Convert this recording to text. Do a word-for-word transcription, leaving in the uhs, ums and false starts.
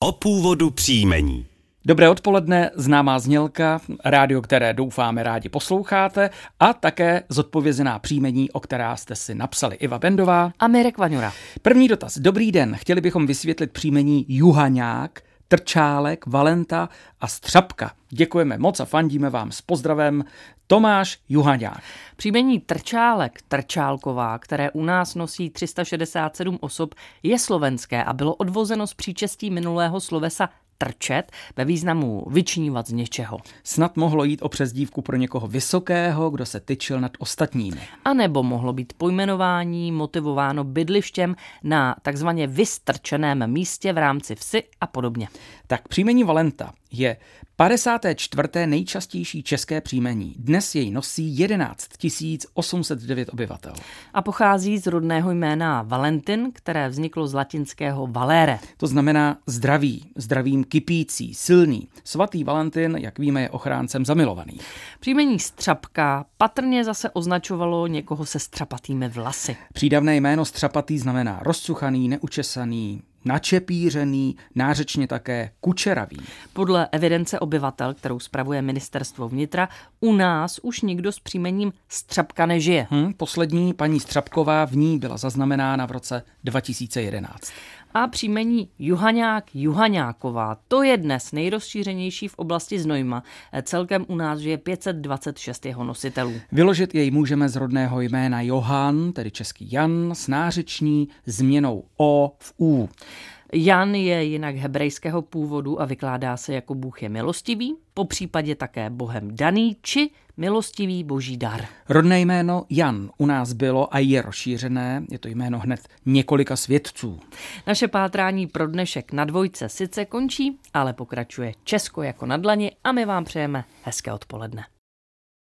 O původu příjmení. Dobré odpoledne, známá znělka, rádio, které doufáme rádi posloucháte, a také zodpovězená příjmení, o která jste si napsali. Iva Bendová a Mirek Vaňura. První dotaz. Dobrý den, chtěli bychom vysvětlit příjmení Juhaňák, Trčálek, Valenta a Střapka. Děkujeme moc a fandíme vám s pozdravem Tomáš Juhaňák. Příjmení Trčálek, Trčálková, které u nás nosí tři sta šedesát sedm osob, je slovenské a bylo odvozeno z příčestí minulého slovesa trčet ve významu vyčnívat z něčeho. Snad mohlo jít o přezdívku pro někoho vysokého, kdo se tyčil nad ostatními. A nebo mohlo být pojmenování motivováno bydlištěm na takzvaně vystrčeném místě v rámci vsi a podobně. Tak příjmení Valenta je padesáté čtvrté nejčastější české příjmení. Dnes jej nosí jedenáct tisíc osm set devět obyvatel. A pochází z rodného jména Valentin, které vzniklo z latinského valere. To znamená zdravý, zdravým kypící, silný. Svatý Valentin, jak víme, je ochráncem zamilovaných. Příjmení Střapka patrně zase označovalo někoho se střapatými vlasy. Přídavné jméno Střapatý znamená rozcuchaný, neučesaný, načepířený, nářečně také kučeravý. Podle evidence obyvatel, kterou spravuje ministerstvo vnitra, u nás už nikdo s příjmením Střapka nežije. Hmm, poslední paní Střapková v ní byla zaznamenána v roce dva tisíce jedenáct. A příjmení Juhaňák, Juhaňáková, to je dnes nejrozšířenější v oblasti Znojma. Celkem u nás žije pět set dvacet šest jeho nositelů. Vyložit jej můžeme z rodného jména Johann, tedy český Jan, s nářeční změnou O v U. Jan je jinak hebrejského původu a vykládá se jako Bůh je milostivý, po případě také Bohem daný či milostivý boží dar. Rodné jméno Jan u nás bylo a je rozšířené, je to jméno hned několika svědců. Naše pátrání pro dnešek na dvojce sice končí, ale pokračuje Česko jako na dlani a my vám přejeme hezké odpoledne.